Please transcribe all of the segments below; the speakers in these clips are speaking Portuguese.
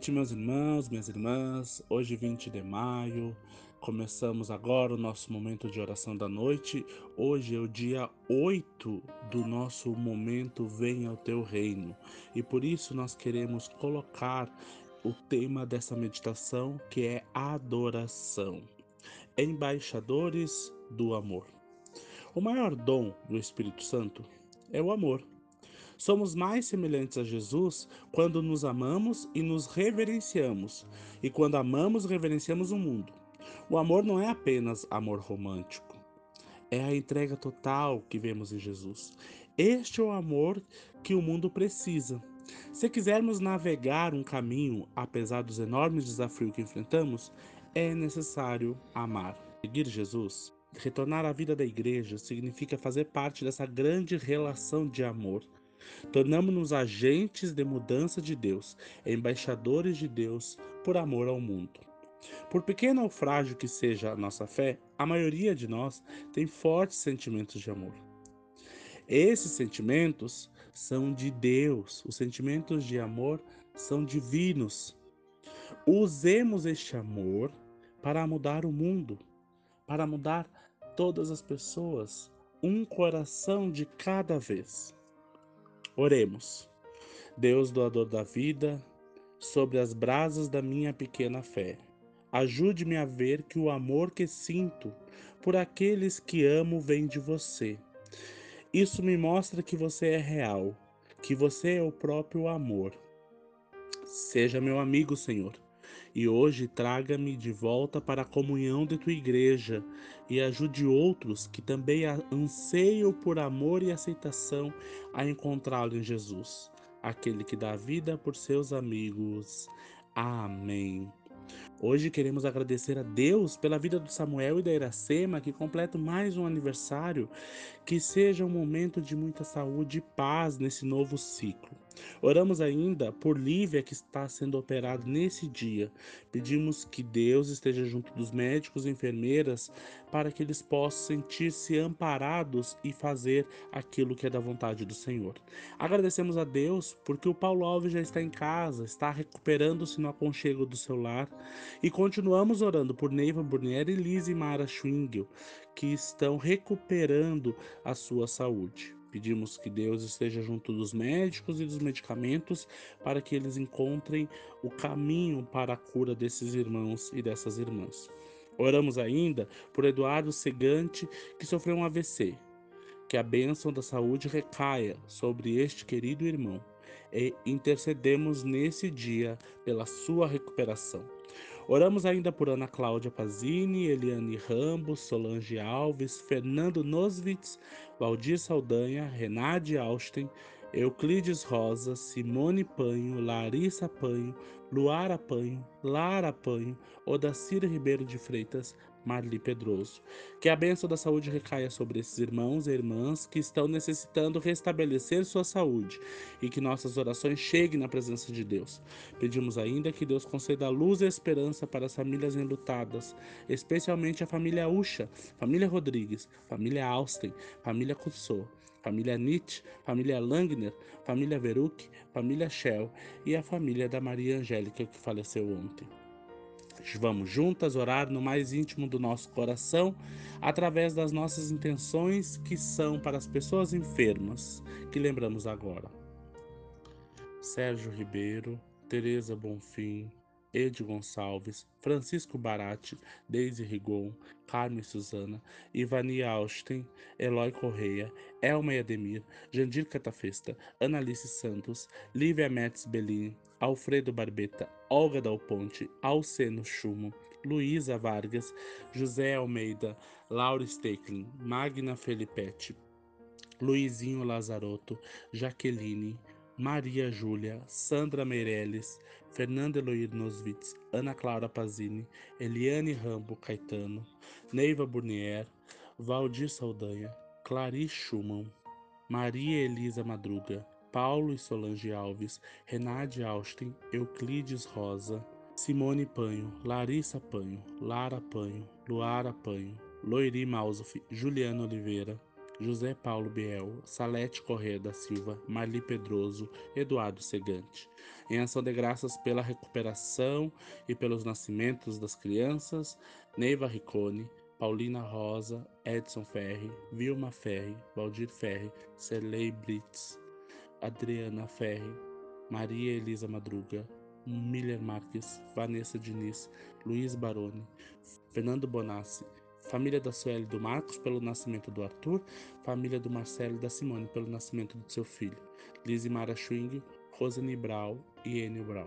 noite, meus irmãos, minhas irmãs. Hoje, 20 de maio, começamos agora o nosso momento de oração da noite. Hoje é o dia 8 do nosso momento Venha ao Teu Reino. E por isso nós queremos colocar o tema dessa meditação, que é adoração. Embaixadores do amor. O maior dom do Espírito Santo é o amor. Somos mais semelhantes a Jesus quando nos amamos e nos reverenciamos, e quando amamos e reverenciamos o mundo. O amor não é apenas amor romântico, é a entrega total que vemos em Jesus. Este é o amor que o mundo precisa. Se quisermos navegar um caminho, apesar dos enormes desafios que enfrentamos, é necessário amar. Seguir Jesus, retornar à vida da igreja, significa fazer parte dessa grande relação de amor. Tornamos-nos agentes de mudança de Deus, embaixadores de Deus por amor ao mundo. Por pequeno ou frágil que seja a nossa fé, a maioria de nós tem fortes sentimentos de amor. Esses sentimentos são de Deus, os sentimentos de amor são divinos. Usemos este amor para mudar o mundo, para mudar todas as pessoas, um coração de cada vez. Oremos. Deus doador da vida, sobre as brasas da minha pequena fé, ajude-me a ver que o amor que sinto por aqueles que amo vem de você. Isso me mostra que você é real, que você é o próprio amor. Seja meu amigo, Senhor, e hoje traga-me de volta para a comunhão de tua igreja e ajude outros que também anseiam por amor e aceitação a encontrá-lo em Jesus, aquele que dá vida por seus amigos. Amém. Hoje queremos agradecer a Deus pela vida do Samuel e da Iracema, que completam mais um aniversário. Que seja um momento de muita saúde e paz nesse novo ciclo. Oramos ainda por Lívia, que está sendo operada nesse dia. Pedimos que Deus esteja junto dos médicos e enfermeiras para que eles possam sentir-se amparados e fazer aquilo que é da vontade do Senhor. Agradecemos a Deus porque o Paulo Alves já está em casa, está recuperando-se no aconchego do seu lar. E continuamos orando por Neiva Burnier e Lise Mara Schwingel, que estão recuperando a sua saúde. Pedimos que Deus esteja junto dos médicos e dos medicamentos para que eles encontrem o caminho para a cura desses irmãos e dessas irmãs. Oramos ainda por Eduardo Segante, que sofreu um AVC. Que a bênção da saúde recaia sobre este querido irmão e intercedemos nesse dia pela sua recuperação. Oramos ainda por Ana Cláudia Pazini, Eliane Rambos, Solange Alves, Fernando Noswitz, Valdir Saldanha, Renade Austin, Euclides Rosa, Simone Panho, Larissa Panho, Luara Panho, Lara Panho, Odacir Ribeiro de Freitas, Marli Pedroso. Que a bênção da saúde recaia sobre esses irmãos e irmãs que estão necessitando restabelecer sua saúde e que nossas orações cheguem na presença de Deus. Pedimos ainda que Deus conceda luz e esperança para as famílias enlutadas, especialmente a família Usha, família Rodrigues, família Austin, família Cussô, família Nietzsche, família Langner, família Veruk, família Shell e a família da Maria Angélica que faleceu ontem. Vamos juntas orar no mais íntimo do nosso coração, através das nossas intenções que são para as pessoas enfermas, que lembramos agora. Sérgio Ribeiro, Tereza Bonfim, Ed Gonçalves, Francisco Barati, Deise Rigon, Carmen Suzana, Ivani Austin, Eloy Correia, Elma Edemir, Jandir Catafesta, Analice Santos, Lívia Metz Belin, Alfredo Barbeta, Olga Dal Ponte, Alceno Schumann, Luísa Vargas, José Almeida, Laura Stecklin, Magna Felipetti, Luizinho Lazarotto, Jaqueline, Maria Júlia, Sandra Meirelles, Fernanda Eloir Noswitz, Ana Clara Pazini, Eliane Rambo Caetano, Neiva Burnier, Valdir Saldanha, Clarice Schumann, Maria Elisa Madruga, Paulo e Solange Alves, Renade Austin, Euclides Rosa, Simone Panho, Larissa Panho, Lara Panho, Luara Panho, Loiri Mausoff, Juliana Oliveira, José Paulo Biel, Salete Corrêa da Silva, Marli Pedroso, Eduardo Segante. Em ação de graças pela recuperação e pelos nascimentos das crianças, Neiva Riccone, Paulina Rosa, Edson Ferri, Vilma Ferri, Valdir Ferri, Celei Brits, Adriana Ferri, Maria Elisa Madruga, Miller Marques, Vanessa Diniz, Luiz Baroni, Fernando Bonassi, família da Sueli e do Marcos pelo nascimento do Arthur, família do Marcelo e da Simone pelo nascimento do seu filho, Lizimara Schwing, Rosane Brau e Enio Brau.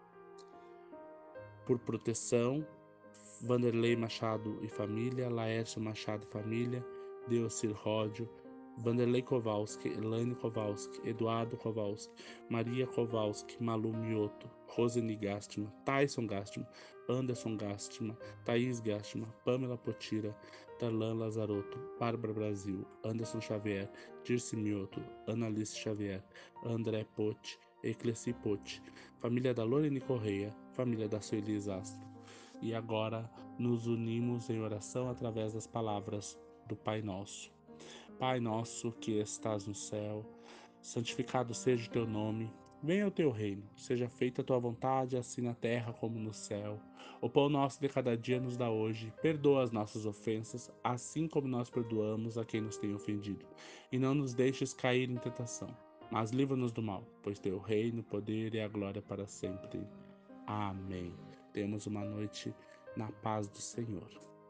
Por proteção, Vanderlei Machado e família, Laércio Machado e família, Deocir Ródio, Vanderlei Kowalski, Elaine Kowalski, Eduardo Kowalski, Maria Kowalski, Malu Mioto, Roseni Gastman, Tyson Gastman, Anderson Gastman, Thaís Gastman, Pamela Potira, Darlan Lazarotto, Bárbara Brasil, Anderson Xavier, Dirce Mioto, Annalise Xavier, André Pote, Eclesi Pote, família da Lorene Correia, família da Sueli Astro. E agora nos unimos em oração através das palavras do Pai Nosso. Pai nosso que estás no céu, santificado seja o teu nome, venha o teu reino, seja feita a tua vontade, assim na terra como no céu. O pão nosso de cada dia nos dá hoje, perdoa as nossas ofensas, assim como nós perdoamos a quem nos tem ofendido. E não nos deixes cair em tentação, mas livra-nos do mal, pois teu reino, o poder e a glória para sempre. Amém. Temos uma noite na paz do Senhor.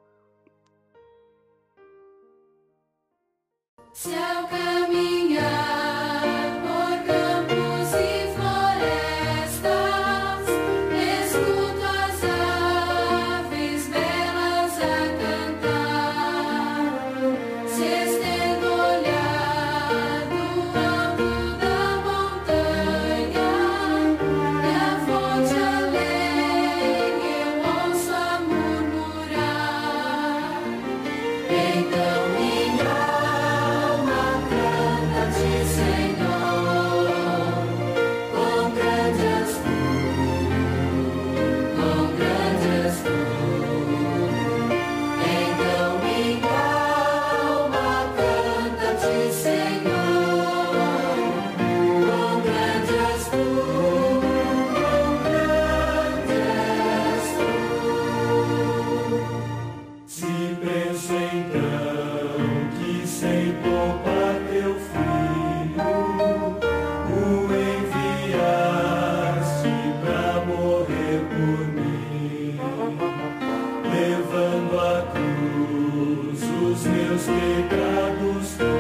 Se ao caminhar por campos e florestas, escuto as aves belas a cantar. Se estendo o olhar do alto da montanha e a fonte além eu ouço a murmurar, então minha levando à cruz os meus pecados.